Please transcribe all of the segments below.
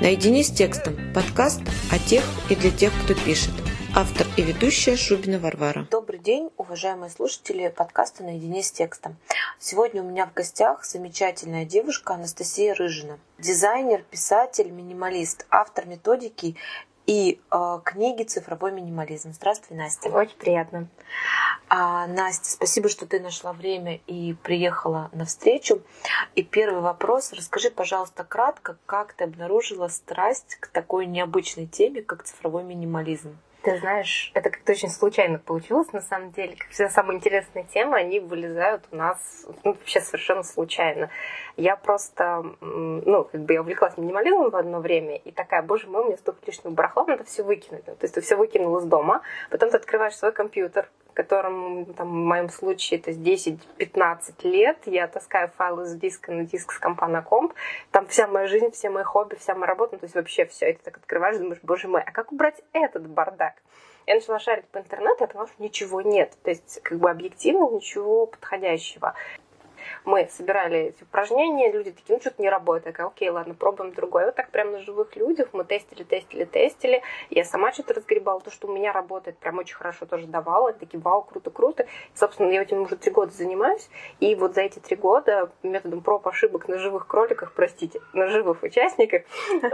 «Наедине с текстом» – подкаст о тех и для тех, кто пишет. Автор и ведущая Шубина Варвара. Добрый день, уважаемые слушатели подкаста «Наедине с текстом». Сегодня у меня в гостях замечательная девушка Анастасия Рыжина. Дизайнер, писатель, минималист, автор методики и книги «Цифровой минимализм». Здравствуй, Настя. Очень приятно. Настя, спасибо, что ты нашла время и приехала навстречу. И первый вопрос. Расскажи, пожалуйста, кратко, как ты обнаружила страсть к такой необычной теме, как цифровой минимализм? Ты знаешь, это как-то очень случайно получилось, на самом деле. Как всегда, самые интересные темы, они вылезают у нас вообще совершенно случайно. Я просто, я увлеклась минимализмом в одно время, и такая, боже мой, у меня столько лишнего барахла, надо все выкинуть. То есть ты все выкинул из дома, потом ты открываешь свой компьютер, которому, в моем случае, это 10-15 лет, я таскаю файлы с диска на диск, с компа на комп, там вся моя жизнь, все мои хобби, вся моя работа, то есть вообще все, и ты так открываешь, думаешь, боже мой, а как убрать этот бардак? Я начала шарить по интернету, я поняла, что ничего нет, то есть объективно ничего подходящего. Мы собирали эти упражнения, люди такие, что-то не работает. Я такая, окей, ладно, пробуем другое. Вот так прям на живых людях мы тестили. Я сама что-то разгребала, то, что у меня работает, прям очень хорошо тоже давала. Они такие, вау, круто. И, собственно, я этим уже 3 года занимаюсь. И вот за эти 3 года методом проб, ошибок на живых кроликах, на живых участниках,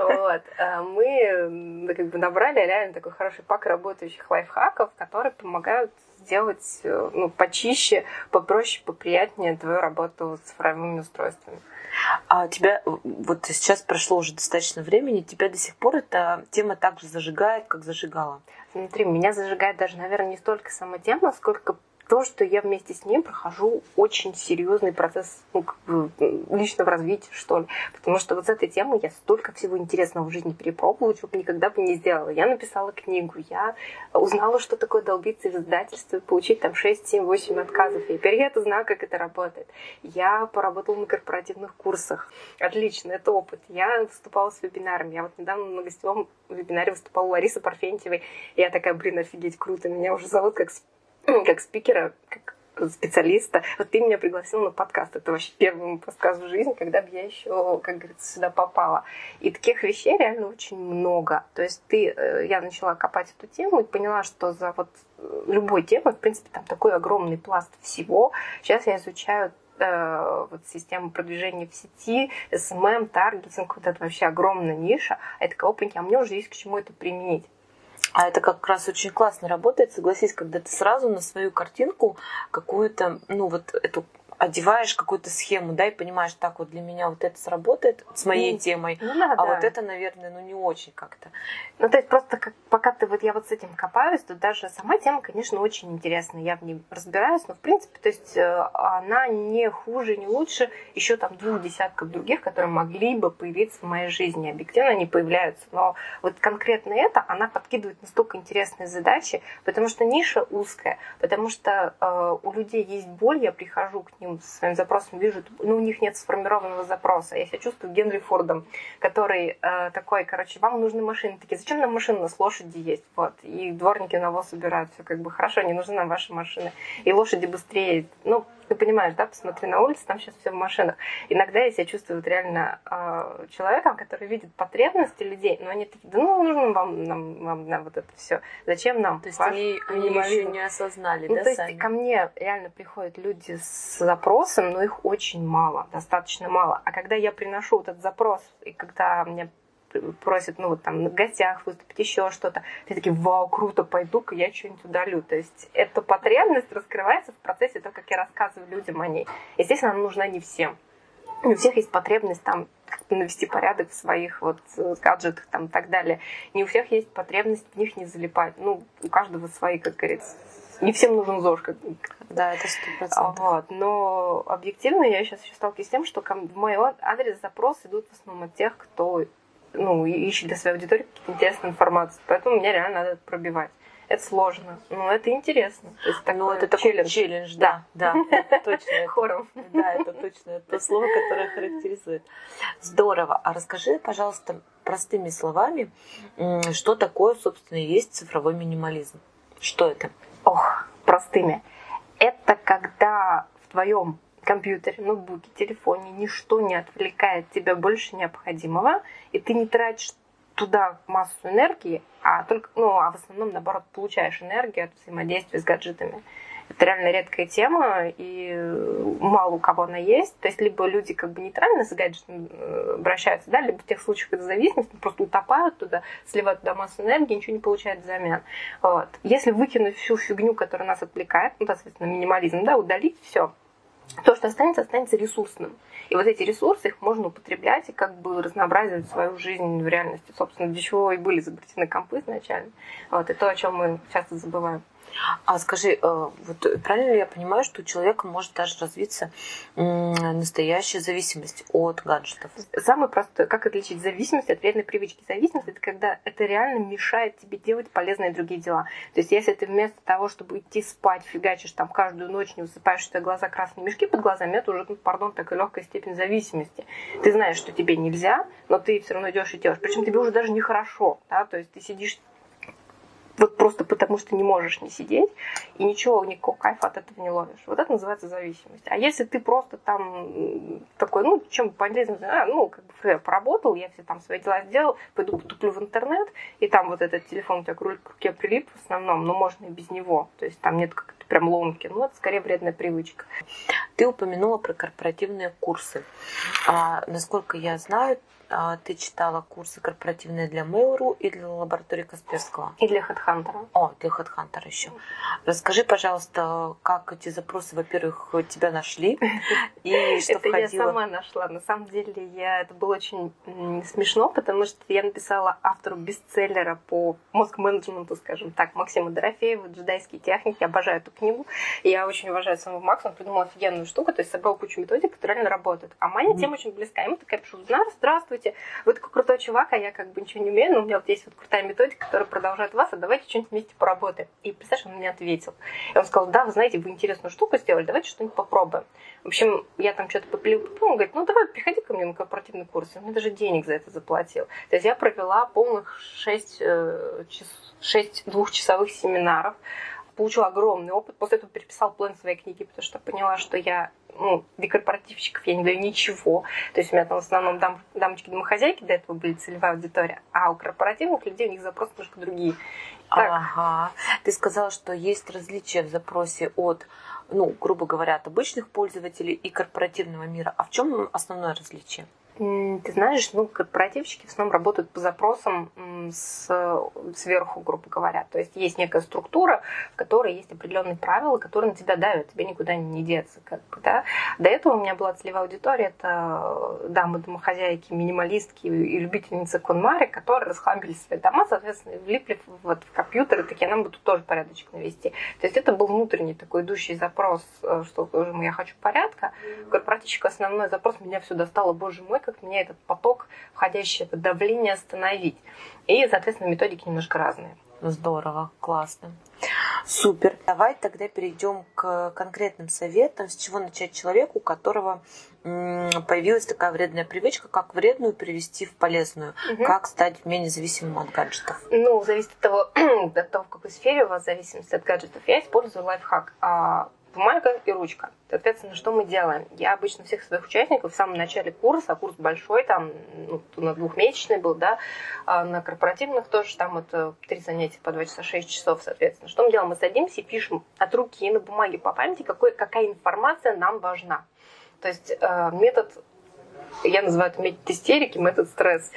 мы набрали реально такой хороший пак работающих лайфхаков, которые помогают сделать почище, попроще, поприятнее твою работу с цифровыми устройствами. А тебя, вот сейчас прошло уже достаточно времени, тебя до сих пор эта тема так же зажигает, как зажигала? Смотри, меня зажигает даже, наверное, не столько сама тема, сколько то, что я вместе с ним прохожу очень серьезный процесс личного развития, что ли. Потому что вот с этой темой я столько всего интересного в жизни перепробовала, чего бы никогда бы не сделала. Я написала книгу, я узнала, что такое долбиться в издательстве, получить там 6, 7, 8 отказов. И теперь я знаю, как это работает. Я поработала на корпоративных курсах. Отлично, это опыт. Я выступала с вебинарами. Я вот недавно на гостевом вебинаре выступала у Ларисы Парфентьевой. И я такая, офигеть, круто. Меня уже зовут как спикера, как специалиста. Вот ты меня пригласил на подкаст. Это вообще первый мой подкаст в жизни, когда бы я еще, как говорится, сюда попала. И таких вещей реально очень много. То есть я начала копать эту тему и поняла, что за любой темой, в принципе, там такой огромный пласт всего. Сейчас я изучаю систему продвижения в сети, SMM, таргетинг, вот это вообще огромная ниша. А это опаньки, а мне уже есть к чему это применить. А это как раз очень классно работает, согласись, когда ты сразу на свою картинку какую-то, эту одеваешь какую-то схему, да, и понимаешь, так вот для меня вот это сработает с моей темой, вот это, наверное, не очень как-то. То есть просто пока я с этим копаюсь, то даже сама тема, конечно, очень интересная, я в ней разбираюсь, но в принципе, то есть она не хуже, не лучше еще там 2 десятков других, которые могли бы появиться в моей жизни, объективно они появляются, но вот конкретно она подкидывает настолько интересные задачи, потому что ниша узкая, потому что у людей есть боль, я прихожу к ним с своим запросом, вижу, у них нет сформированного запроса. Я себя чувствую Генри Фордом, который такой, вам нужны машины. Такие, зачем нам машина, у нас лошади есть. Вот. И дворники навоз убирают. Все хорошо, не нужны нам ваши машины. И лошади быстрее. Ты понимаешь, да, посмотри на улицу, там сейчас все в машинах. Иногда я себя чувствую реально человеком, который видит потребности людей, но они такие, нужно вам вот это все. Зачем нам? То есть они еще не осознали, да, то сами? есть ко мне реально приходят люди с запросом, но их очень мало, достаточно мало. А когда я приношу этот запрос, и когда меня просят, на гостях выступить, еще что-то. Ты такие, вау, круто, пойду-ка я что-нибудь удалю. То есть эта потребность раскрывается в процессе того, как я рассказываю людям о ней. Естественно, она нужна не всем. У всех есть потребность навести порядок в своих гаджетах и так далее. Не у всех есть потребность в них не залипать. У каждого свои, как говорится. Не всем нужен ЗОЖ. Да, это 100%. Но объективно я сейчас еще сталкиваюсь с тем, что в мой адрес запросы идут в основном от тех, кто ищет для своей аудитории какие-то интересные информации. Поэтому мне реально надо это пробивать. Это сложно, но это интересно. То есть это такой челлендж, да, это точно. Хором. Да, это точно. Это то слово, которое характеризует. Здорово. А расскажи, пожалуйста, простыми словами, что такое, собственно, есть цифровой минимализм? Что это? Простыми. Это когда в твоем компьютере, ноутбуке, телефоне ничто не отвлекает тебя больше необходимого, и ты не тратишь туда массу энергии, а в основном, наоборот, получаешь энергию от взаимодействия с гаджетами. Это реально редкая тема, и мало у кого она есть. То есть, либо люди как бы нейтрально с гаджетом обращаются, да, либо в тех случаях, когда зависимость, просто утопают туда, сливают туда массу энергии, ничего не получают взамен. Вот. Если выкинуть всю фигню, которая нас отвлекает, соответственно, минимализм, да, удалить все, то, что останется ресурсным. И вот эти ресурсы, их можно употреблять и как бы разнообразить свою жизнь в реальности. Собственно, для чего и были изобретены компы изначально. Вот, и то, о чем мы часто забываем. А скажи, вот правильно ли я понимаю, что у человека может даже развиться настоящая зависимость от гаджетов? Самое простое, как отличить зависимость от вредной привычки? Зависимость – это когда это реально мешает тебе делать полезные другие дела. То есть, если ты вместо того, чтобы идти спать, фигачишь там каждую ночь, не высыпаешь, у тебя глаза красные мешки под глазами, это уже, такая легкая степень зависимости. Ты знаешь, что тебе нельзя, но ты все равно идешь и делаешь. Причем тебе уже даже нехорошо, да, то есть ты сидишь вот просто потому, что не можешь не сидеть, и никакого кайфа от этого не ловишь. Вот это называется зависимость. А если ты просто там такой, чем полезно, я поработал, я все там свои дела сделал, пойду потуплю в интернет, и там вот этот телефон у тебя к руке прилип в основном, но можно и без него. То есть там нет как-то прям ломки. Это скорее вредная привычка. Ты упомянула про корпоративные курсы. Насколько я знаю, ты читала курсы корпоративные для Mail.ru и для лаборатории Касперского. И для HeadHunter. Для HeadHunter еще. Расскажи, пожалуйста, как эти запросы, во-первых, тебя нашли и что входило? Это я сама нашла. На самом деле, это было очень смешно, потому что я написала автору бестселлера по мозг-менеджменту, скажем так, Максиму Дорофееву, «Джедайские техники». Я обожаю эту книгу. Я очень уважаю самого Макса. Он придумал офигенную штуку, то есть собрал кучу методик, которые реально работают. А моя тема очень близка. Ему такая пишу: здравствуйте, вы такой крутой чувак, а я как бы ничего не умею, но у меня вот есть вот крутая методика, которая продолжает вас, а давайте что-нибудь вместе поработаем. И представляешь, он мне ответил. И он сказал: да, вы знаете, вы интересную штуку сделали, давайте что-нибудь попробуем. В общем, я там что-то попилил, он говорит: давай, приходи ко мне на корпоративный курс. Он мне даже денег за это заплатил. То есть я провела полных 6 двухчасовых семинаров, получила огромный опыт. После этого переписала план своей книги, потому что поняла, что я для корпоративщиков я не даю ничего. То есть у меня там в основном дамочки-домохозяйки до этого были целевая аудитория, а у корпоративных людей у них запросы немножко другие. Ага. Ты сказала, что есть различия в запросе от, грубо говоря, от обычных пользователей и корпоративного мира. А в чем основное различие? Ты знаешь, корпоративщики в основном работают по запросам сверху, грубо говоря. То есть есть некая структура, в которой есть определенные правила, которые на тебя давят, тебе никуда не деться. Да? До этого у меня была целевая аудитория, это дамы-домохозяйки, минималистки и любительницы KonMari, которые расхламили свои дома, соответственно, влипли в компьютеры, такие: нам бы тут тоже порядочек навести. То есть это был внутренний такой идущий запрос, что я хочу порядка. Корпоративщик основной запрос: меня все достало, боже мой, как мне этот поток, входящее это давление остановить. И, соответственно, методики немножко разные. Здорово, классно. Супер. Давай тогда перейдем к конкретным советам, с чего начать человеку, у которого появилась такая вредная привычка, как вредную перевести в полезную, как стать менее зависимым от гаджетов. Зависит от того, в какой сфере у вас зависимость от гаджетов. Я использую лайфхак. Бумага и ручка. Соответственно, что мы делаем? Я обычно всех своих участников в самом начале курса, курс большой, там, на двухмесячный был, да, а на корпоративных тоже, там это 3 занятия по 2 часа, 6 часов, соответственно. Что мы делаем? Мы садимся и пишем от руки на бумаге по памяти, какая информация нам важна. То есть метод, я называю это метод истерики, метод стресс.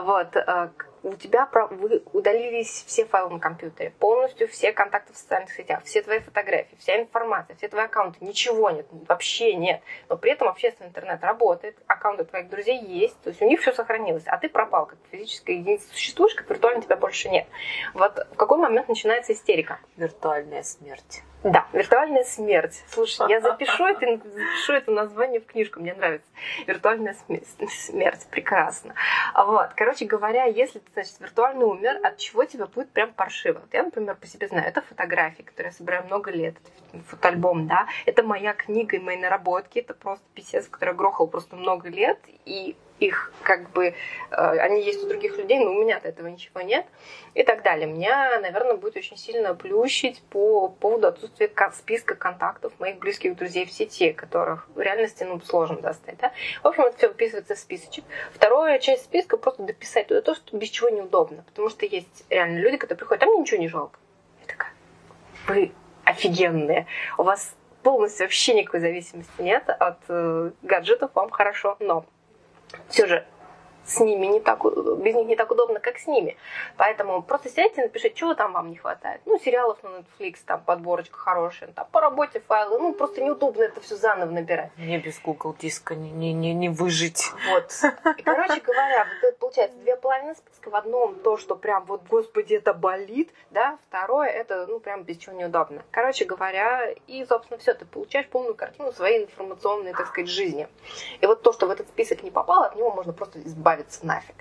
Вы удалились все файлы на компьютере, полностью все контакты в социальных сетях, все твои фотографии, вся информация, все твои аккаунты, ничего нет, вообще нет. Но при этом общественный интернет работает, аккаунты твоих друзей есть, то есть у них все сохранилось, а ты пропал, как физическая единица существуешь, как виртуально тебя больше нет. Вот в какой момент начинается истерика? Виртуальная смерть. Да, виртуальная смерть. Слушай, я запишу это название в книжку, мне нравится. Виртуальная смерть, прекрасно. Короче говоря, если ты, виртуально умер, от чего тебе будет прям паршиво? Я, например, по себе знаю, это фотографии, которые я собираю много лет, это фотоальбом, да, это моя книга и мои наработки, это просто писец, который я грохал просто много лет, и их как бы, они есть у других людей, но у меня-то этого ничего нет, и так далее. Меня, наверное, будет очень сильно плющить по поводу отсутствия списка контактов моих близких друзей в сети, которых в реальности, сложно достать, да. В общем, это все выписывается в списочек. Вторая часть списка — просто дописать туда то, что без чего неудобно, потому что есть реально люди, которые приходят, а мне ничего не жалко. Я такая: вы офигенные, у вас полностью вообще никакой зависимости нет от гаджетов, вам хорошо, но все же с ними без них не так удобно, как с ними. Поэтому просто сядьте и напишите, чего там вам не хватает. Сериалов на Netflix, там подборочка хорошая, там по работе файлы, просто неудобно это все заново набирать. Мне без Google диска не выжить. Вот. И, короче говоря, вот это получается 2,5 списка. В одном то, что прям вот, господи, это болит, да, второе, это, прям без чего неудобно. Короче говоря, и, собственно, все, ты получаешь полную картину своей информационной, так сказать, жизни. И вот то, что в этот список не попало, от него можно просто избавиться нафиг.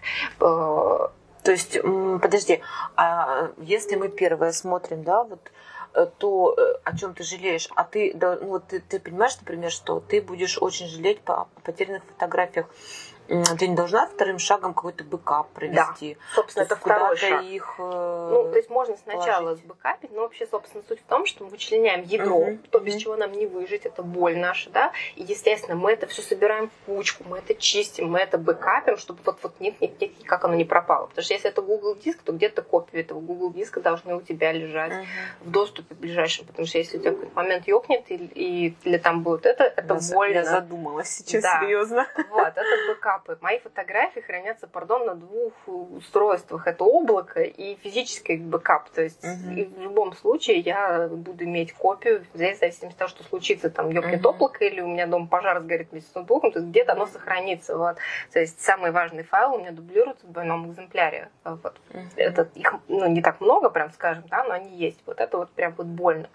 То есть, подожди, а если мы первое смотрим, да, вот, то о чем ты жалеешь? А ты, ты понимаешь, например, что ты будешь очень жалеть по потерянных фотографиях. Ты не должна вторым шагом какой-то бэкап провести? Да, собственно, это второй шаг. Их то есть можно сначала сбэкапить, но вообще, собственно, суть в том, что мы вычленяем ядро, то, без чего нам не выжить, это боль наша, да, и, естественно, мы это все собираем в кучку, мы это чистим, мы это бэкапим, чтобы вот нет, как оно не пропало. Потому что если это Google диск, то где-то копии этого Google диска должны у тебя лежать в доступе ближайшем, потому что если у тебя в какой-то момент ёкнет или там будет это больно. Я задумалась сейчас, да. Серьезно. Вот, это бэкап. Мои фотографии хранятся, на 2 устройствах. Это облако и физический бэкап. То есть и в любом случае я буду иметь копию, в зависимости от того, что случится, там ёкнет облако, или у меня дома пожар сгорит вместе с ноутбуком, то есть где-то оно сохранится. Вот. То есть самый важный файл у меня дублируется в двойном экземпляре. Вот. Это их не так много, прям скажем, да, но они есть. Вот это вот прям вот больно.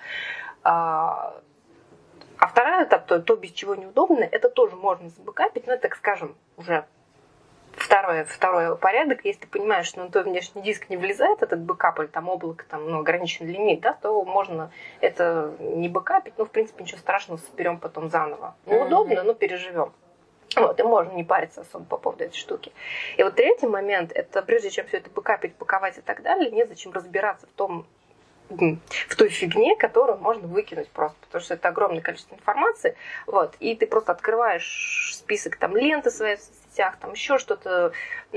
А второй этап, то, без чего неудобно, это тоже можно забэкапить, но, так скажем, уже второй порядок. Если ты понимаешь, что на твой внешний диск не влезает этот бэкап, или там облако, там, ограниченный лимит, да, то можно это не бэкапить, в принципе, ничего страшного, соберем потом заново. Неудобно, но переживем. Вот, и можно не париться особо по поводу этой штуки. И вот третий момент, это прежде чем все это бэкапить, паковать и так далее, незачем разбираться в той фигне, которую можно выкинуть просто, потому что это огромное количество информации, вот, и ты просто открываешь список там ленты своей в соцсетях, там еще что-то,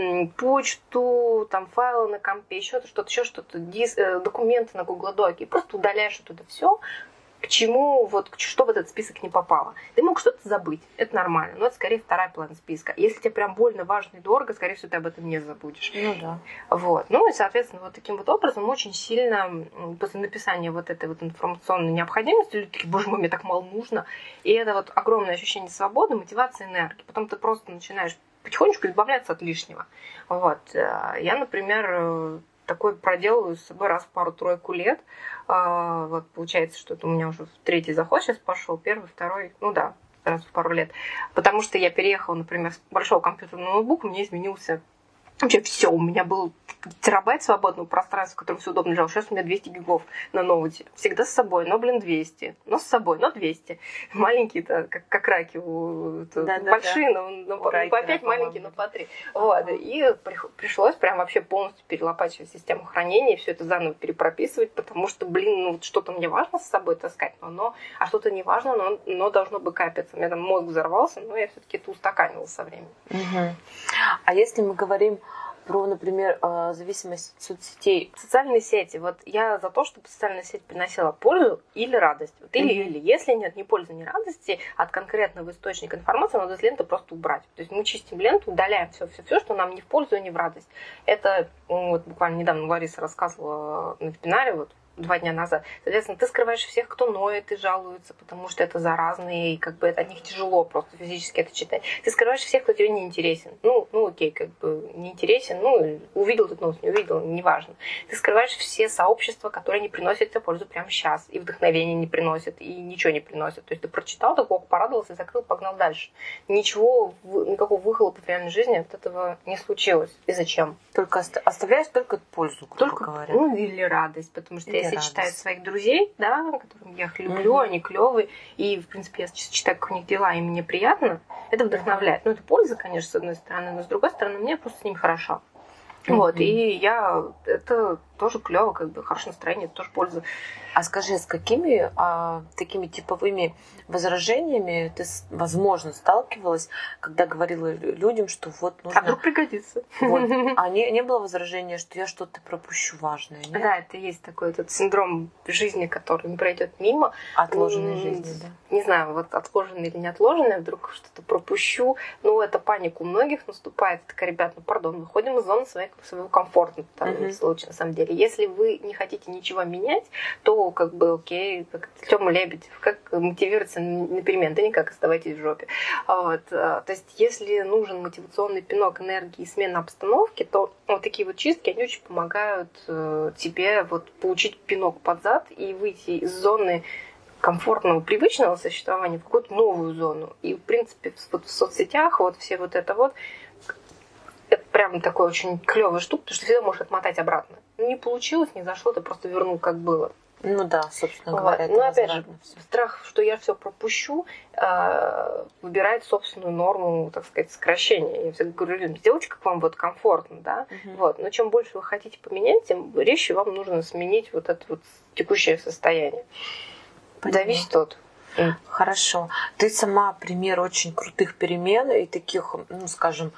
почту, там файлы на компе, еще что-то, документы на Google Доке, и просто удаляешь оттуда все, к чему, что в этот список не попало. Ты мог что-то забыть, это нормально, но это скорее вторая половина списка. Если тебе прям больно, важно и дорого, скорее всего, ты об этом не забудешь. Да. Вот. И, соответственно, вот таким вот образом очень сильно после написания вот этой вот информационной необходимости люди такие: боже мой, мне так мало нужно. И это вот огромное ощущение свободы, мотивации, энергии. Потом ты просто начинаешь потихонечку избавляться от лишнего. Вот. Я, например, такое проделываю с собой раз в пару-тройку лет. Вот получается, что это у меня уже 3-й заход сейчас пошел, 1-й, 2-й, раз в пару лет. Потому что я переехала, например, с большого компьютерного ноутбука, у меня изменился вообще все. У меня был терабайт свободного пространства, в котором все удобно лежало. Сейчас у меня 200 гигов на ноуте. Всегда с собой, но, 200. Но с собой, но 200. Маленькие-то, как раки. Большие, но по 5, маленькие, но по 3. Вот. И пришлось прям вообще полностью перелопачивать систему хранения и все это заново перепрописывать, потому что, что-то мне важно с собой таскать, а что-то не важно, но должно бэкапиться. У меня там мозг взорвался, но я все-таки это устаканила со временем. А если мы говорим про, например, зависимость от соцсетей. Социальные сети. Вот я за то, чтобы социальная сеть приносила пользу или радость. Вот или. Если нет ни пользы, ни радости от конкретного источника информации, надо из ленты просто убрать. То есть мы чистим ленту, удаляем все, что нам не в пользу и не в радость. Это буквально недавно Лариса рассказывала на вебинаре, 2 дня назад. Соответственно, ты скрываешь всех, кто ноет и жалуется, потому что это заразно, и от них тяжело просто физически это читать. Ты скрываешь всех, кто тебе не интересен. Окей, не интересен, увидел этот новость, не увидел, неважно. Ты скрываешь все сообщества, которые не приносят тебе пользу прямо сейчас, и вдохновения не приносят, и ничего не приносят. То есть ты прочитал, такого порадовался, закрыл, погнал дальше. Никакого выхлопа в реальной жизни от этого не случилось. И зачем? Только оставляешь только пользу, грубо говоря. Или радость, потому что если читать своих друзей, да, которым я их люблю, они клевые, и, в принципе, я читаю, как у них дела, и мне приятно, это вдохновляет. Ну, это польза, конечно, с одной стороны, но с другой стороны, мне просто с ними хорошо. Вот, и это тоже клево, как бы хорошее настроение, это тоже польза. А скажи, с какими такими типовыми возражениями ты, возможно, сталкивалась, когда говорила людям, что вот нужно... А вдруг пригодится. Вот. А не было возражения, что я что-то пропущу важное? Нет? Да, это есть такой этот синдром жизни, который не пройдет мимо. Отложенной жизни, да. Не знаю, вот отложенный или не отложенный, вдруг что-то пропущу. Ну, это паника у многих наступает. Такая, ребят, ну, пардон, выходим из зоны своего комфорта в данном случае, на самом деле. Если вы не хотите ничего менять, то как бы окей, как Тёма Лебедев, как мотивироваться на перемен, да никак, оставайтесь в жопе. Вот. То есть, если нужен мотивационный пинок энергии и смена обстановки, то вот такие вот чистки, они очень помогают тебе вот получить пинок под зад и выйти из зоны комфортного, привычного существования в какую-то новую зону. И, в принципе, вот в соцсетях вот все вот это вот, это прям такой очень клевая штука, потому что всегда можешь отмотать обратно. Не получилось, не зашло, ты просто вернул, как было. Ну да, собственно говоря. Но опять же, страх, что я все пропущу, выбирает собственную норму, так сказать, сокращения. Я всегда говорю людям, сделайте, как вам вот комфортно, да. Вот. Но чем больше вы хотите поменять, тем резче вам нужно сменить вот это вот текущее состояние. Зависит от... Хорошо. Ты сама пример очень крутых перемен и таких, ну, скажем,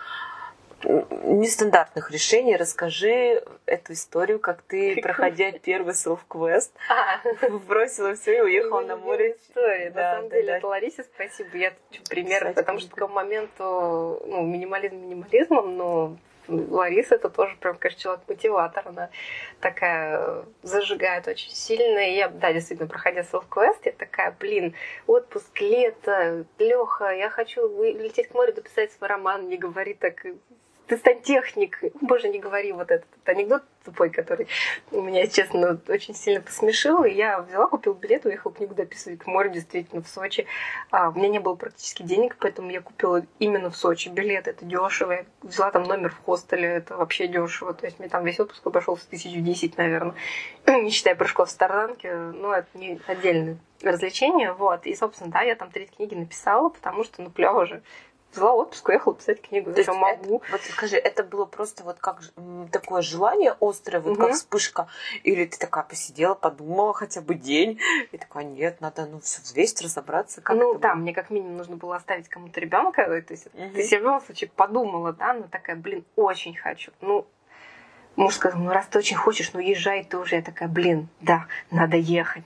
нестандартных решений. Расскажи эту историю, как ты, проходя первый селф-квест, бросила все и уехала на море. История. На самом деле, это Ларисе спасибо. Я пример, потому что к такому моменту, ну, минимализм минимализмом, но Лариса это тоже прям, конечно, человек-мотиватор. Она такая зажигает очень сильно. И я, да, действительно, проходя селф-квест, я такая, блин, отпуск, лето, Лёха, я хочу лететь к морю, дописать свой роман, не говори так, ты сантехник. Боже, не говори вот этот анекдот тупой, который меня, честно, очень сильно посмешил. И я взяла, купила билет, уехала книгу дописывать к морю, действительно, в Сочи. У меня не было практически денег, поэтому я купила именно в Сочи билет. Это дешево. Я взяла там номер в хостеле, это вообще дешево. То есть мне там весь отпуск обошел в 1010, наверное. Не считая прыжков в Таrzanке, но это не отдельное развлечение. Вот. И, собственно, да, я там 3 книги написала, потому что, ну, клёво же. Взяла отпуск, уехала писать книгу. Зачем могу? Вот скажи, это было просто вот как такое желание острое, вот как вспышка? Или ты такая посидела, подумала хотя бы день, и такая, нет, надо все взвесить, разобраться, как ну это да, было? мне как минимум нужно было оставить кому-то ребенка. То есть ты себе в любом случае подумала, да, но такая, блин, очень хочу. Ну, муж сказал, ну раз ты очень хочешь, ну езжай ты уже. Я такая, блин, да, надо ехать.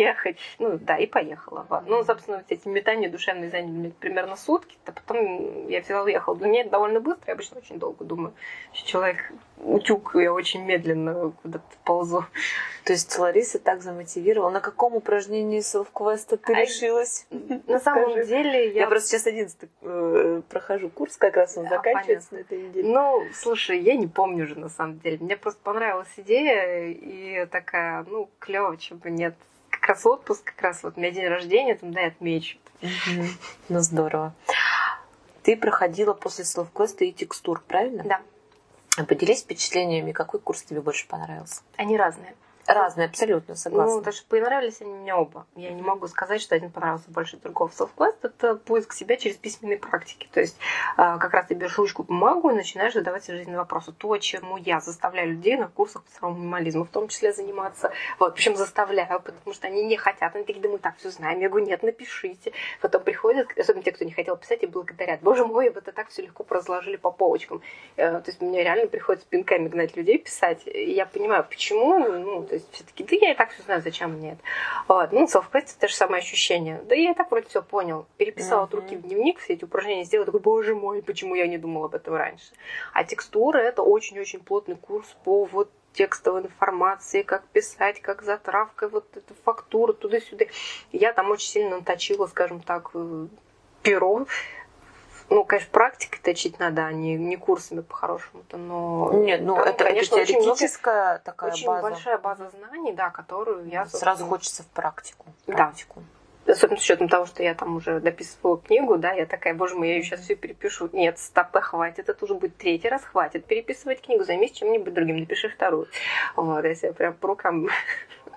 Ну да, и поехала. Вот. Ну, собственно, вот эти метания душевные заняли мне примерно сутки, а потом я взяла, уехала. Для меня это довольно быстро, я обычно очень долго думаю. Человек утюг, я очень медленно куда-то ползу. То есть Лариса так замотивировала. На каком упражнении селф-квеста ты решилась? На самом деле я просто сейчас 11 прохожу курс, как раз он заканчивается на этой неделе. Ну, слушай, я не помню уже на самом деле. Мне просто понравилась идея, и такая, ну, клево, чего бы нет. Как раз отпуск, как раз вот у меня день рождения, там, да, и отмечу. Ну, здорово. Ты проходила после селф-квеста и текстур, правильно? Да. Поделись впечатлениями, какой курс тебе больше понравился? Они разные. Разные, абсолютно, согласна. Ну, даже понравились они мне оба. Я не могу сказать, что один понравился больше другого. Self-quest — это поиск себя через письменные практики. То есть как раз ты берешь ручку, бумагу и начинаешь задавать себе жизненные вопросы. То, чему я заставляю людей на курсах по цифровому минимализму в том числе заниматься. Вот, причем заставляю, потому что они не хотят. Они такие, да мы так все знаем. Я говорю, нет, напишите. Потом приходят, особенно те, кто не хотел писать, и благодарят. Боже мой, вот это так все легко разложили по полочкам. То есть мне реально приходится пинками гнать людей писать. И я понимаю, почему. Ну, то есть все-таки, да я и так все знаю, зачем мне это. Вот. Ну, self-quest — это же самое ощущение. Да я и так вроде все понял. Переписала от руки в дневник, все эти упражнения сделала. Такой, боже мой, почему я не думала об этом раньше. А текстура — это очень-очень плотный курс по вот текстовой информации, как писать, как затравка, вот эта фактура, туда-сюда. Я там очень сильно наточила, скажем так, перо. Ну, конечно, практикой точить надо, а не курсами по-хорошему-то, но... Нет, ну там, это, конечно, это теоретическая такая очень база. большая база знаний, да, которую я... Сразу хочется в практику. Да. Особенно с учетом того, что я там уже дописывала книгу, да, я такая, боже мой, я ее сейчас все перепишу. Нет, стоп, хватит, это уже будет 3-й раз, хватит переписывать книгу, займись чем-нибудь другим, напиши 2-ю. Вот, я себя прям по рукам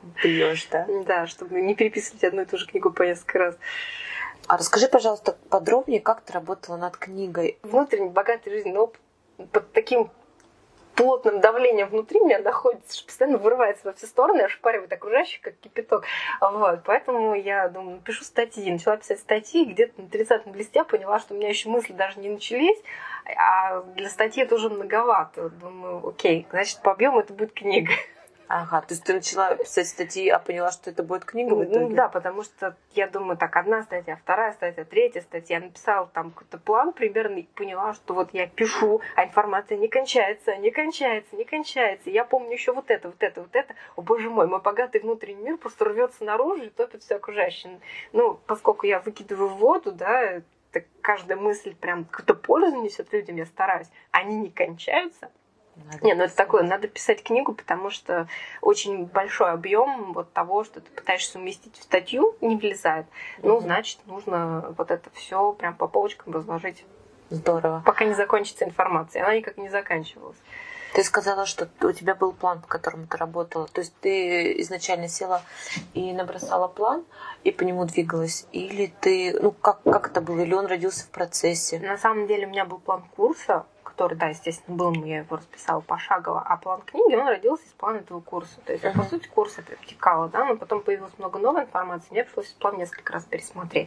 Бьешь, да? Да, чтобы не переписывать одну и ту же книгу по несколько раз. А расскажи, пожалуйста, подробнее, как ты работала над книгой. Внутренне богатой жизни, но под таким плотным давлением внутри меня находится, что постоянно вырывается во все стороны, ошпаривает окружающих, как кипяток. Вот. Поэтому я думаю, пишу статьи. Начала писать статьи, где-то на 30-м листе поняла, что у меня еще мысли даже не начались, а для статьи это уже многовато. Думаю, окей, значит, по объему это будет книга. Ага, то есть ты начала писать статьи, а поняла, что это будет книга в итоге? Да, потому что я думаю, так, одна статья, вторая статья, третья статья. Я написала там какой-то план примерно и поняла, что вот я пишу, а информация не кончается, не кончается, не кончается. Я помню еще вот это. О, боже мой, мой богатый внутренний мир просто рвется наружу и топит все окружающее. Ну, поскольку я выкидываю в воду, да, так каждая мысль прям какую-то пользу несет людям, я стараюсь. Они не кончаются. Ну это такое, надо писать книгу, потому что очень большой объем вот того, что ты пытаешься уместить в статью, не влезает. Ну, значит, нужно вот это все прям по полочкам разложить. Здорово. Пока не закончится информация. Она никак не заканчивалась. Ты сказала, что у тебя был план, по которому ты работала. То есть ты изначально села и набросала план, и по нему двигалась? Или ты... Ну, как это было? Или он родился в процессе? На самом деле у меня был план курса, который, да, естественно, был, я его расписала пошагово, а план книги, он родился из плана этого курса. То есть, по сути, курс это обтекало, да, но потом появилось много новой информации, мне пришлось план несколько раз пересмотреть.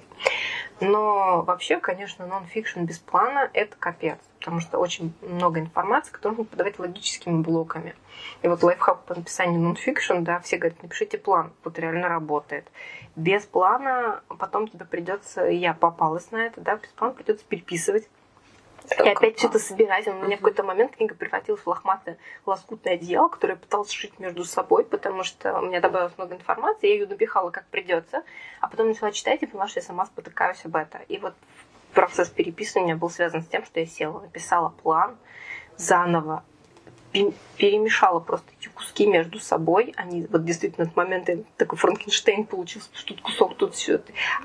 Но вообще, конечно, нон-фикшн без плана – это капец, потому что очень много информации, которую нужно подавать логическими блоками. И вот лайфхак по написанию нон-фикшн, да, все говорят, напишите план, вот реально работает. Без плана потом тебе придется, я попалась на это, да, без плана придется переписывать. И опять что-то собирать. У меня в какой-то момент книга превратилась в лохматое лоскутное одеяло, которое я пыталась сшить между собой, потому что у меня добавилось много информации, я ее напихала как придется, а потом начала читать и поняла, что я сама спотыкаюсь об это. И вот процесс переписывания был связан с тем, что я села, написала план заново, перемешала просто эти куски между собой. Они вот действительно в момент такой Франкенштейн получился, что тут кусок, тут все.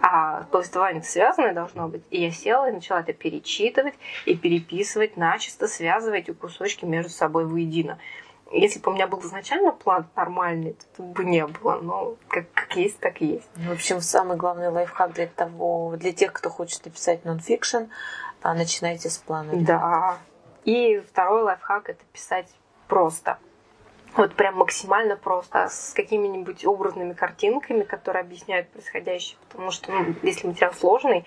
А повествование связанное должно быть. И я села и начала это перечитывать и переписывать, начисто связывать эти кусочки между собой воедино. Если бы у меня был изначально план нормальный, то тут бы не было. Но как есть, так и есть. В общем, самый главный лайфхак для тех, кто хочет написать нон-фикшн, начинайте с плана. Да. И второй лайфхак – это писать просто. Вот прям максимально просто, с какими-нибудь образными картинками, которые объясняют происходящее. Потому что, если материал сложный,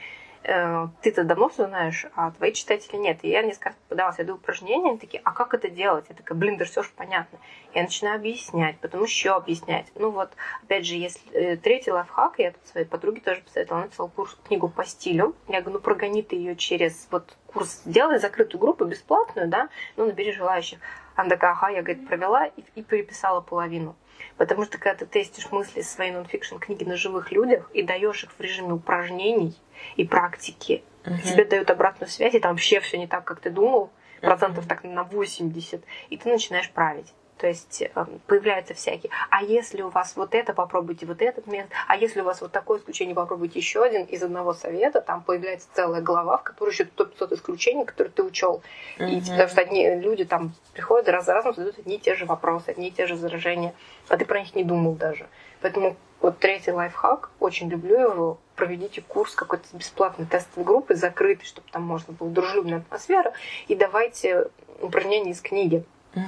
ты-то давно все знаешь, а твои читатели нет. И я несколько раз попадалась, я даю упражнения, они такие, а как это делать? Я такая, да все же понятно. Я начинаю объяснять, потом еще объяснять. Ну вот, опять же, если третий лайфхак, я тут своей подруге тоже посоветовала, она написала книгу по стилю. Я говорю, прогони ты ее через курс, сделай закрытую группу бесплатную, да, набери желающих. Она такая, ага, я, говорит, провела и переписала половину. Потому что когда ты тестишь мысли своей нон-фикшн книги на живых людях и даешь их в режиме упражнений и практики, тебе дают обратную связь, и там вообще все не так, как ты думал, процентов так на 80, и ты начинаешь править. То есть появляются всякие. А если у вас вот это, попробуйте вот этот метод. А если у вас вот такое исключение, попробуйте еще один. Из одного совета там появляется целая глава, в которой еще 100-500 исключений, которые ты учел. И потому что одни люди там приходят раз за разом, задают одни и те же вопросы, одни и те же возражения. А ты про них не думал даже. Поэтому вот третий лайфхак, очень люблю его. Проведите курс какой-то бесплатной тестовой группы, закрытый, чтобы там можно было дружелюбная атмосфера. И давайте упражнения из книги.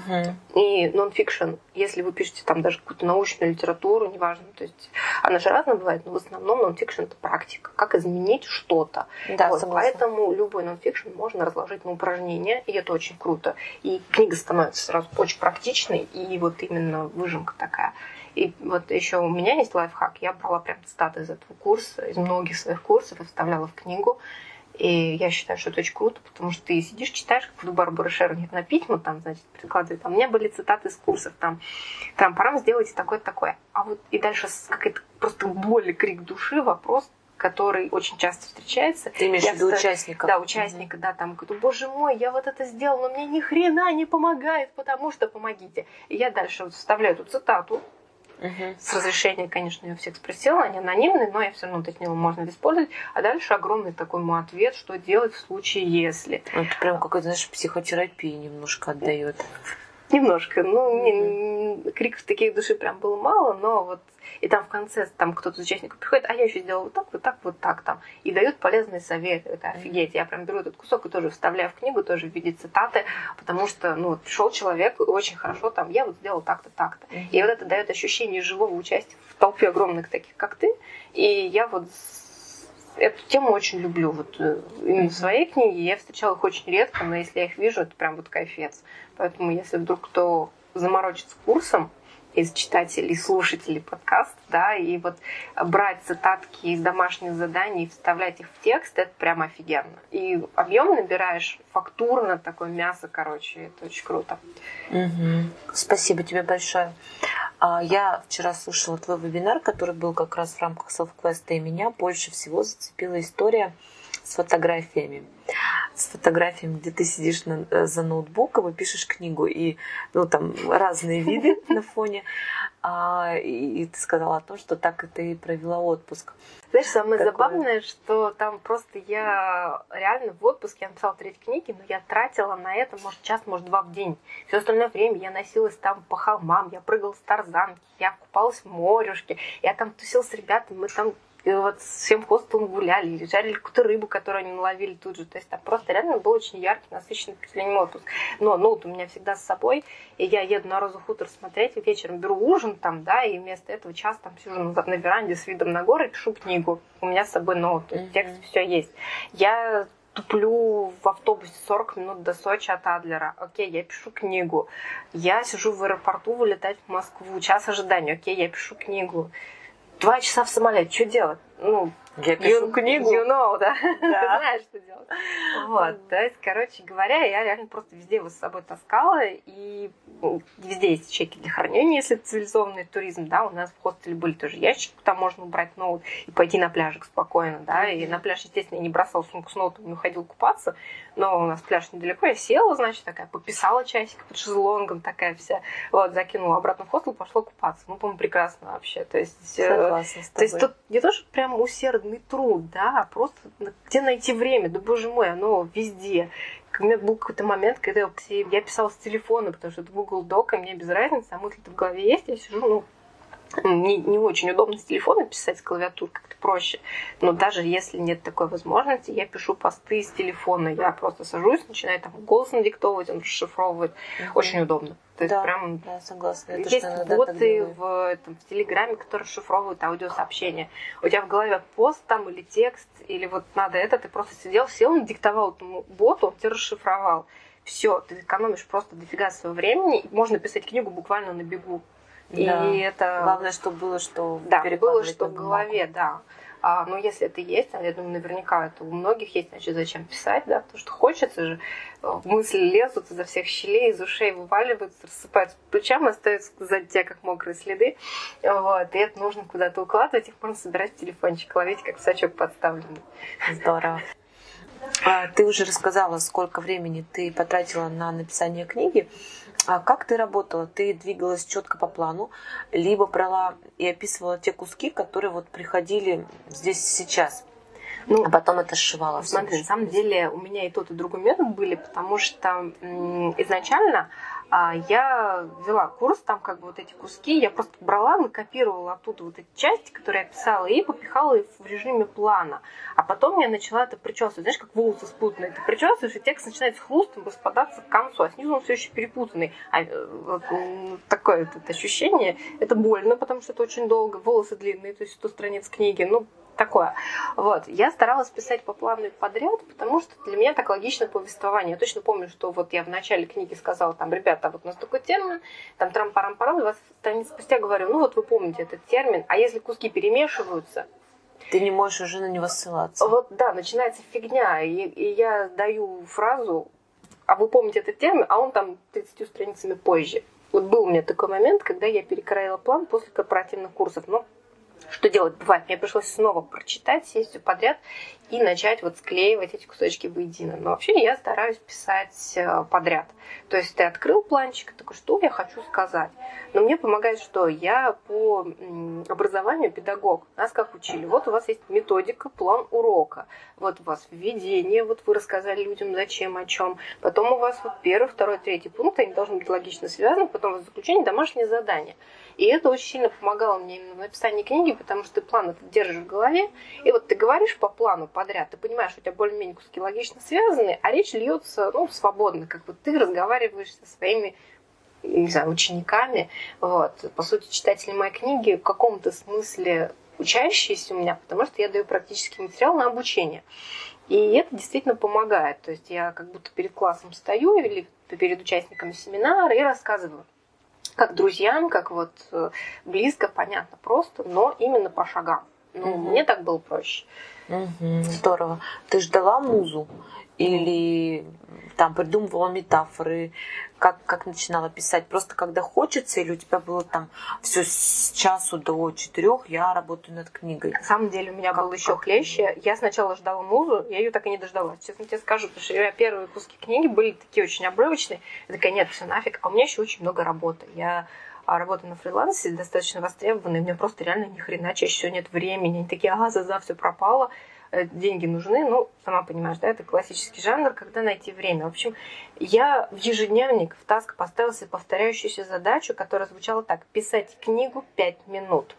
И нон-фикшн, если вы пишете там даже какую-то научную литературу, неважно, то есть она же разная бывает, но в основном нон-фикшн это практика, как изменить что-то. Да, поэтому любой нон-фикшн можно разложить на упражнения, и это очень круто. И книга становится сразу очень практичной, и вот именно выжимка такая. И вот еще у меня есть лайфхак, я брала прям цитаты из этого курса, из многих своих курсов и вставляла в книгу. И я считаю, что это очень круто, потому что ты сидишь, читаешь, как Барбара Шер на письма, там, значит, прикладывает. А у меня были цитаты из курсов, там, трампарам сделайте такое-такое. А вот и дальше какая-то просто боль и крик души, вопрос, который очень часто встречается. Ты имеешь в виду участников? Да, участника, да, там, говорю, боже мой, я вот это сделал, но мне ни хрена не помогает, потому что помогите. И я дальше вставляю эту цитату, с разрешения, конечно, я всех спросила, они анонимные, но я все равно уточнила, можно ли использовать. А дальше огромный такой мой ответ, что делать в случае, если. Это прям какой-то, знаешь, психотерапии немножко отдает. Немножко. Криков таких души прям было мало, но вот и там в конце там кто-то из участников приходит, а я еще сделал вот так, вот так, вот так там. И дают полезные советы. Это офигеть. Я прям беру этот кусок и тоже вставляю в книгу, тоже в виде цитаты, потому что, пришел человек очень хорошо там, я вот сделал так-то, так-то. И вот это дает ощущение живого участия в толпе огромных таких, как ты. И я вот эту тему очень люблю. Вот именно в своей книге я встречала их очень редко, но если я их вижу, это прям вот кайфец. Поэтому если вдруг кто заморочится курсом из читателей, слушателей подкаста, да, и вот брать цитатки из домашних заданий и вставлять их в текст, это прям офигенно. И объем набираешь фактурно, такое мясо, короче, это очень круто. Спасибо тебе большое. Я вчера слушала твой вебинар, который был как раз в рамках селф-квеста, и меня больше всего зацепила история с фотографиями. С фотографиями, где ты сидишь за ноутбуком и пишешь книгу, и там разные виды на фоне. И ты сказала о том, что так и ты провела отпуск. Знаешь, самое забавное, что там просто я реально в отпуске, я написала 3 книги, но я тратила на это, может, час, может, 2 в день. Все остальное время я носилась там по холмам, я прыгала с тарзанки, я купалась в морюшке, я там тусила с ребятами, мы там вот с всем хостелом гуляли, жарили какую-то рыбу, которую они наловили тут же. То есть там просто реально был очень яркий, насыщенный впечатлением отпуск. Но ноут у меня всегда с собой, и я еду на Розу Хутор смотреть, и вечером беру ужин там, да, и вместо этого час там сижу на веранде с видом на горы и пишу книгу. У меня с собой ноут, то есть текст все есть. Я туплю в автобусе 40 минут до Сочи от Адлера. Окей, я пишу книгу. Я сижу в аэропорту вылетать в Москву. Час ожидания. Окей, я пишу книгу. 2 часа в самолете. Что делать? Я пишу книгу. You know, да? Ты знаешь, что делать. Вот. То есть, короче говоря, я реально просто везде его с собой таскала. И везде есть ячейки для хранения, если это цивилизованный туризм. Да, у нас в хостеле были тоже ящики, там можно убрать ноут и пойти на пляжик спокойно. Да? И на пляж, естественно, я не бросала сумку с ноутом, не уходила купаться. Но у нас пляж недалеко. Я села, значит, такая, пописала часик под шезлонгом, такая вся. Вот, закинула обратно в хостел, пошла купаться. По-моему, прекрасно вообще. То есть, согласна с тобой. То есть тут не то, что прям усердный труд, да, а просто где найти время? Да, боже мой, оно везде. У меня был какой-то момент, когда я писала с телефона, потому что это Google Doc, и мне без разницы, а мысли-то в голове есть, я сижу, не очень удобно с телефона писать, с клавиатуры как-то проще. Но даже если нет такой возможности, я пишу посты с телефона. Я просто сажусь, начинаю там голос надиктовывать, он расшифровывает. Очень удобно. То есть прям согласна. Это есть боты в Телеграме, которые расшифровывают аудиосообщения. У тебя в голове пост там или текст, или вот надо это, ты просто сел, надиктовал этому боту, он тебе расшифровал. Все, ты экономишь просто дофига своего времени. Можно писать книгу буквально на бегу. Да. И это... Главное, чтобы было что было что в голове, да. Но если это есть, я думаю, наверняка это у многих есть, значит, зачем писать, да, потому что хочется же, мысли лезут изо всех щелей, из ушей вываливаются, рассыпаются по плечам, остаются сзади тебя как мокрые следы, вот, и это нужно куда-то укладывать, их можно собирать в телефончик, ловить как сачок подставленный. Здорово. Ты уже рассказала, сколько времени ты потратила на написание книги. А как ты работала? Ты двигалась четко по плану, либо брала и описывала те куски, которые вот приходили здесь и сейчас, а потом это сшивала? Смотри, на самом деле у меня и тот, и другой метод были, потому что изначально я вела курс, там как бы вот эти куски, я просто брала, накопировала оттуда вот эти части, которые я писала, и попихала их в режиме плана. А потом я начала это причесывать. Знаешь, как волосы спутанные. Ты причесываешь, и текст начинает с хрустом распадаться к концу, а снизу он все еще перепутанный. Вот, такое вот ощущение. Это больно, потому что это очень долго. Волосы длинные, то есть 100 страниц книги. Такое. Вот. Я старалась писать по плану и подряд, потому что для меня так логично повествование. Я точно помню, что вот я в начале книги сказала, там, ребята, вот у нас такой термин, там, трам-парам-парам, 20 страниц спустя говорю, вот вы помните этот термин, а если куски перемешиваются, ты не можешь уже на него ссылаться. Вот, да, начинается фигня, и я даю фразу, а вы помните этот термин, а он там 30 страницами позже. Вот был у меня такой момент, когда я перекроила план после корпоративных курсов, Что делать? Бывает, мне пришлось снова прочитать, сесть все подряд и начать вот склеивать эти кусочки воедино. Но вообще я стараюсь писать подряд. То есть ты открыл планчик, такой, что я хочу сказать. Но мне помогает, что я по образованию педагог. Нас как учили? Вот у вас есть методика, план урока. Вот у вас введение, вот вы рассказали людям зачем, о чем. Потом у вас вот первый, второй, третий пункт, они должны быть логично связаны. Потом в заключение домашнее задание. И это очень сильно помогало мне именно в написании книги, потому что ты план этот держишь в голове, и вот ты говоришь по плану подряд, ты понимаешь, что у тебя более-менее куски логично связаны, а речь льется свободно, как бы ты разговариваешь со своими, не знаю, учениками. Вот. По сути, читатели моей книги в каком-то смысле учащиеся у меня, потому что я даю практический материал на обучение. И это действительно помогает. То есть я как будто перед классом стою или перед участниками семинара и рассказываю. Как друзьям, как вот близко, понятно, просто, но именно по шагам. Мне так было проще. Здорово. Ты ждала музу? Или там придумывала метафоры? Как начинала писать? Просто когда хочется, или у тебя было там все с часу до 4 я работаю над книгой? На самом деле у меня было еще хлеще. Я сначала ждала музу, я ее так и не дождалась. Честно тебе скажу, потому что первые куски книги были такие очень обрывочные. Я такая, нет, все нафиг. А у меня еще очень много работы. Я работаю на фрилансе, достаточно востребованная, у меня просто реально ни хрена чаще всего нет времени. Они такие, все пропало. Деньги нужны, сама понимаешь, да, это классический жанр, когда найти время. В общем, я в ежедневник, в таск поставила себе повторяющуюся задачу, которая звучала так: писать книгу 5 минут.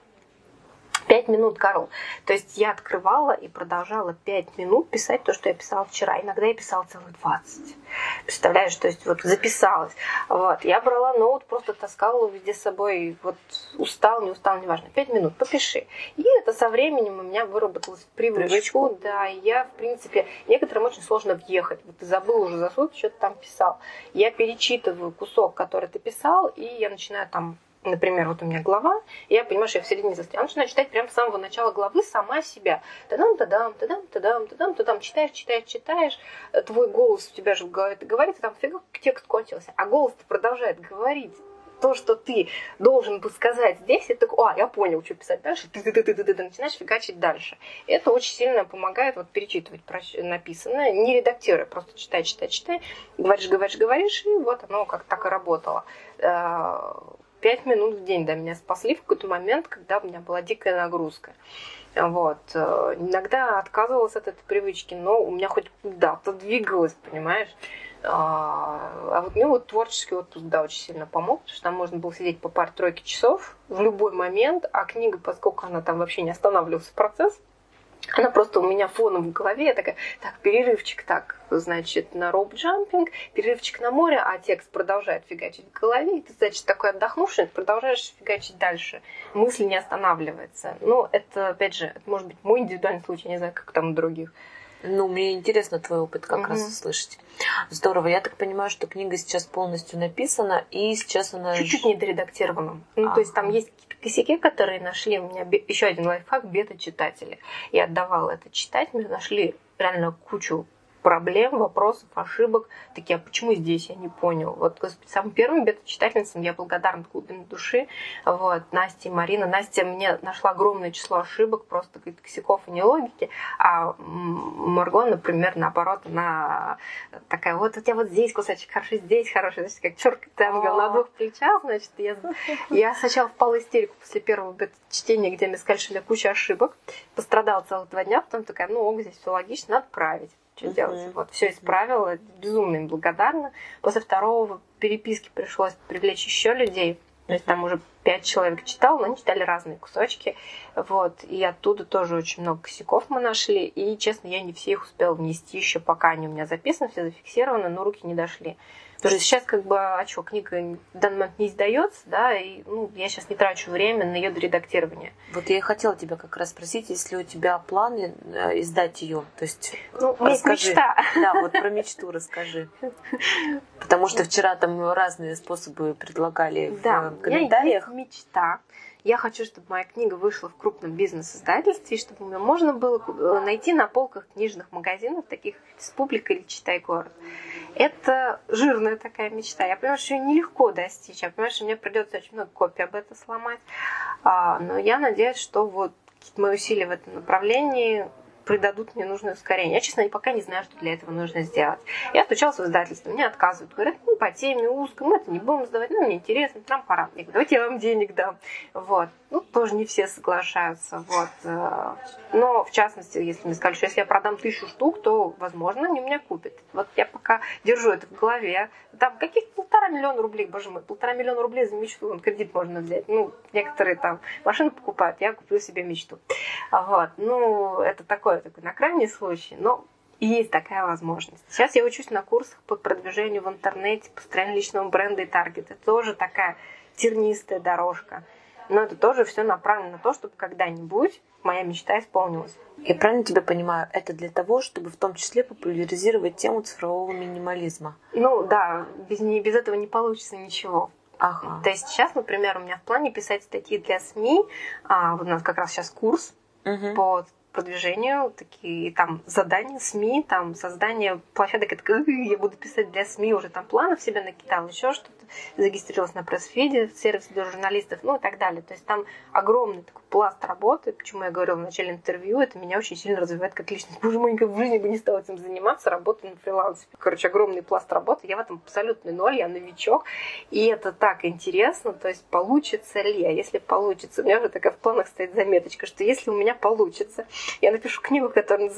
5 минут, Карл. То есть я открывала и продолжала 5 минут писать то, что я писала вчера. Иногда я писала целых 20. Представляешь, то есть вот записалась. Вот. Я брала ноут, просто таскала везде с собой. Вот устал, не устал, неважно. 5 минут, попиши. И это со временем у меня выработалось в привычку. Да, и я, в принципе, некоторым очень сложно въехать. Вот ты забыл уже за сутки, что ты там писал. Я перечитываю кусок, который ты писал, и я начинаю там. Например, вот у меня глава, и я понимаю, что я в середине застряла. Я начинаю читать прямо с самого начала главы сама себя. Тадам, читаешь. Твой голос у тебя же в голове говорит, и там фига текст кончился. А голос-то продолжает говорить. То, что ты должен был сказать здесь, это такой, я понял, что писать дальше. Ты начинаешь фигачить дальше. Это очень сильно помогает перечитывать написанное, не редактируя, просто читай. Говоришь, и вот оно как так и работало. 5 минут в день, меня спасли в какой-то момент, когда у меня была дикая нагрузка. Вот. Иногда отказывалась от этой привычки, но у меня хоть куда-то двигалась, понимаешь? А вот мне творческий отпуск, очень сильно помог, потому что там можно было сидеть по паре-тройке часов в любой момент, а книга, поскольку она там вообще не останавливался процесс, она просто у меня фоном в голове, я такая, перерывчик, на роуп-джампинг, перерывчик на море, а текст продолжает фигачить в голове, и ты, значит, такой отдохнувший, продолжаешь фигачить дальше, мысль не останавливается. Это, опять же, это может быть мой индивидуальный случай, я не знаю, как там у других. Мне интересно твой опыт как раз услышать. Здорово. Я так понимаю, что книга сейчас полностью написана, и сейчас она... Чуть-чуть недоредактирована. То есть там есть какие-то косяки, которые нашли. У меня еще один лайфхак — бета-читатели. Я отдавала это читать, мы нашли реально кучу проблем, вопросов, ошибок. Такие, а почему здесь я не понял? Господи, самым первым бета-читательницам я благодарна в глубине души. Настя и Марина. Настя мне нашла огромное число ошибок, просто косяков и нелогики. А Марго, например, наоборот, она такая, у тебя здесь кусочек хороший, здесь хороший. Значит, как черт ангел на двух плечах. Значит, я сначала впала в истерику после первого бета-чтения, где мне сказали, что у меня куча ошибок. Пострадала целых 2 дня, потом такая, здесь все логично, надо править. Что делать? Все исправила, безумно им благодарна. После второго переписки пришлось привлечь еще людей. То есть там уже 5 человек читал, но они читали разные кусочки. И оттуда тоже очень много косяков мы нашли. И, честно, я не все их успела внести еще, пока они у меня записаны, все зафиксированы, но руки не дошли. Потому что сейчас книга в данный момент не издается, и я сейчас не трачу время на ее доредактирование. Я и хотела тебя как раз спросить, есть ли у тебя планы издать ее, то есть у меня есть мечта. Да, про мечту расскажи. Потому что вчера там разные способы предлагали в комментариях. У меня есть мечта. Я хочу, чтобы моя книга вышла в крупном бизнес-издательстве, и чтобы ее можно было найти на полках книжных магазинов, таких «Республика» или «Читай город». Это жирная такая мечта. Я понимаю, что ее нелегко достичь. Я понимаю, что мне придется очень много копий об этом сломать. Но я надеюсь, что вот какие-то мои усилия в этом направлении придадут мне нужное ускорение. Я, честно, пока не знаю, что для этого нужно сделать. Я стучалась в издательство, мне отказывают. Говорят, по теме узко, мы это не будем сдавать, мне интересно, нам пора. Я говорю, давайте я вам денег дам. Вот. Тоже не все соглашаются. Вот. Но, в частности, если мне сказали, что если я продам 1000 штук, то, возможно, они у меня купят. Вот я пока держу это в голове. Там каких-то 1,5 миллиона рублей, боже мой, 1,5 миллиона рублей за мечту, кредит можно взять. Некоторые там машины покупают, я куплю себе мечту. Вот. Это такой на крайний случай, но и есть такая возможность. Сейчас я учусь на курсах по продвижению в интернете, построению личного бренда и таргета. Это тоже такая тернистая дорожка. Но это тоже все направлено на то, чтобы когда-нибудь моя мечта исполнилась. Я правильно тебя понимаю? Это для того, чтобы в том числе популяризировать тему цифрового минимализма? Да, без этого не получится ничего. Ага. То есть сейчас, например, у меня в плане писать статьи для СМИ. Вот у нас как раз сейчас курс по продвижению, такие там задания СМИ, там создание площадок, я буду писать для СМИ, уже там планов себе накидала, еще что-то, зарегистрировалась на пресс-фиде, сервис для журналистов, и так далее. То есть там огромный такой пласт работы, почему я говорила в начале интервью, это меня очень сильно развивает как личность. Боже мой, никогда в жизни бы не стала этим заниматься, работаю на фрилансе. Огромный пласт работы, я в этом абсолютный ноль, я новичок, и это так интересно, то есть получится ли, а если получится, у меня уже такая в планах стоит заметочка, что если у меня получится, я напишу книгу, которую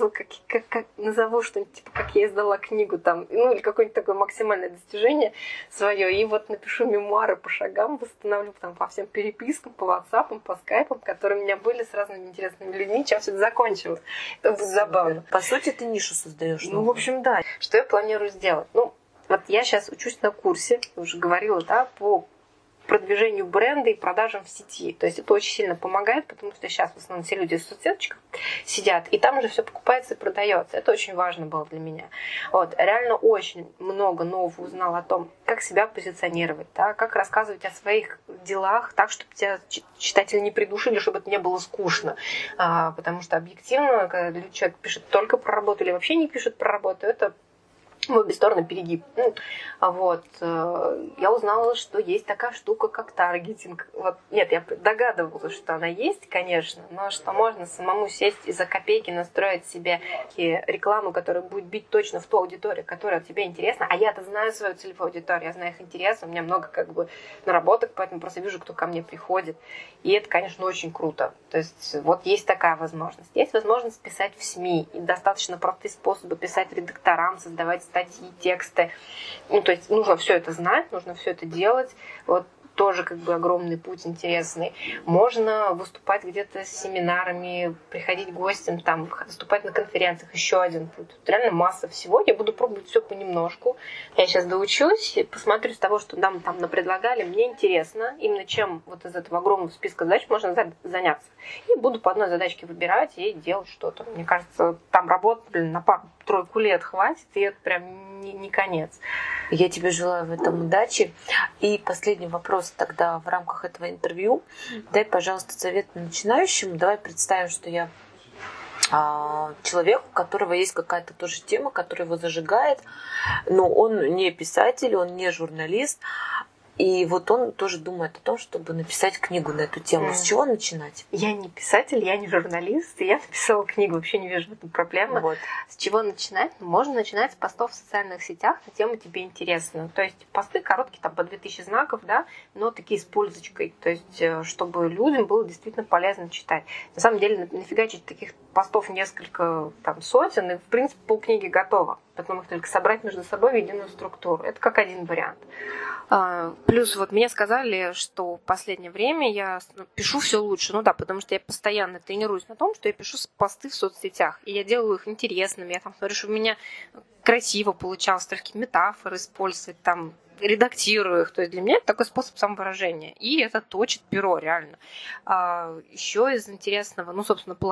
назову что-нибудь, типа, как я издала книгу, там, или какое-нибудь такое максимальное достижение свое, и вот напишу мемуары по шагам, восстановлю там по всем перепискам, по WhatsApp, по скайпам, которые у меня были с разными интересными людьми, чем все это закончилось. Это будет забавно. По сути, ты нишу создаешь. В общем, да. Что я планирую сделать? Вот я сейчас учусь на курсе, уже говорила, по продвижению бренда и продажам в сети. То есть это очень сильно помогает, потому что сейчас в основном все люди в соцсеточках сидят, и там же все покупается и продается. Это очень важно было для меня. Реально очень много нового узнала о том, как себя позиционировать, как рассказывать о своих делах так, чтобы тебя читатели не придушили, чтобы это не было скучно. Потому что объективно, когда человек пишет только про работу или вообще не пишет про работу, это в обе стороны перегиб. Я узнала, что есть такая штука, как таргетинг. Нет, я догадывалась, что она есть, конечно, но что можно самому сесть и за копейки настроить себе рекламу, которая будет бить точно в ту аудиторию, которая тебе интересна. А я-то знаю свою целевую аудиторию, я знаю их интересы, у меня много наработок, поэтому просто вижу, кто ко мне приходит. И это, конечно, очень круто. То есть есть такая возможность. Есть возможность писать в СМИ. И достаточно простые способы писать редакторам, создавать статьи, тексты. То есть нужно все это знать, нужно все это делать. Тоже огромный путь интересный. Можно выступать где-то с семинарами, приходить гостям, выступать на конференциях. Еще один путь. Реально масса всего. Я буду пробовать все понемножку. Я сейчас доучусь, посмотрю с того, что нам там напредлагали. Мне интересно, именно чем из этого огромного списка задач можно заняться. И буду по одной задачке выбирать и делать что-то. Мне кажется, там работать, на пару-тройку лет хватит, и это прям не конец. Я тебе желаю в этом удачи. И последний вопрос тогда в рамках этого интервью. Дай, пожалуйста, совет начинающим. Давай представим, что я человек, у которого есть какая-то тоже тема, которая его зажигает, но он не писатель, он не журналист. И он тоже думает о том, чтобы написать книгу на эту тему. С чего начинать? Я не писатель, я не журналист, и я написала книгу, вообще не вижу в этом проблемы. С чего начинать? Можно начинать с постов в социальных сетях на тему тебе интересную. То есть посты короткие, по 2000 знаков, но такие с пользочкой. То есть, чтобы людям было действительно полезно читать. На самом деле, нафигачить таких постов несколько сотен, и, в принципе, полкниги готово. Потом их только собрать между собой в единую структуру. Это как один вариант. Плюс мне сказали, что в последнее время я пишу все лучше. Потому что я постоянно тренируюсь на том, что я пишу посты в соцсетях. И я делаю их интересными. Я смотрю, что у меня красиво получалось, такие метафоры использовать, редактирую их. То есть для меня это такой способ самовыражения. И это точит перо, реально. Еще из интересного, собственно, план.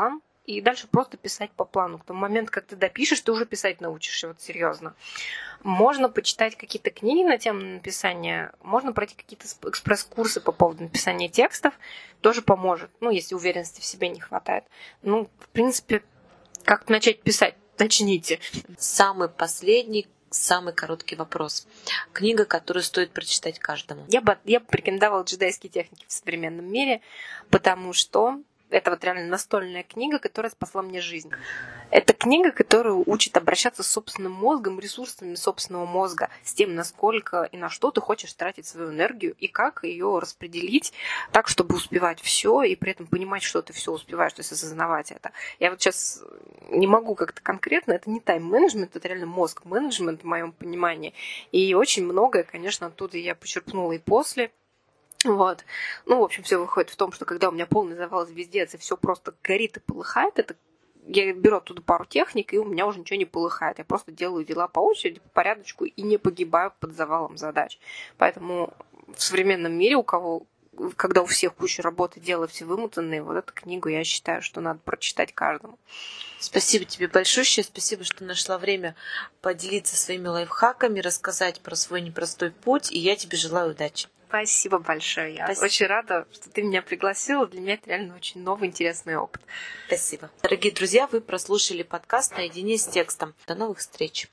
и дальше просто писать по плану. В тот момент, как ты допишешь, ты уже писать научишься, вот серьезно. Можно почитать какие-то книги на тему написания, можно пройти какие-то экспресс-курсы по поводу написания текстов, тоже поможет, если уверенности в себе не хватает. В принципе, как начать писать? Начните. Самый последний, самый короткий вопрос. Книга, которую стоит прочитать каждому. Я бы порекомендовала «Джедайские техники в современном мире», потому что это вот реально настольная книга, которая спасла мне жизнь. Это книга, которая учит обращаться с собственным мозгом, ресурсами собственного мозга, с тем, насколько и на что ты хочешь тратить свою энергию, и как ее распределить так, чтобы успевать все, и при этом понимать, что ты все успеваешь, то есть осознавать это. Я вот сейчас не могу как-то конкретно, это не тайм-менеджмент, это реально мозг-менеджмент в моем понимании. И очень многое, конечно, оттуда я почерпнула и после. Вот. В общем, все выходит в том, что когда у меня полный завал звездец, и все просто горит и полыхает, это я беру оттуда пару техник, и у меня уже ничего не полыхает. Я просто делаю дела по очереди, по порядочку, и не погибаю под завалом задач. Поэтому в современном мире, когда у всех куча работы, дела все вымотанные, вот эту книгу я считаю, что надо прочитать каждому. Спасибо тебе большое. Спасибо, что нашла время поделиться своими лайфхаками, рассказать про свой непростой путь, и я тебе желаю удачи. Спасибо большое. Я очень рада, что ты меня пригласила. Для меня это реально очень новый, интересный опыт. Спасибо. Дорогие друзья, вы прослушали подкаст «Наедине с текстом». До новых встреч.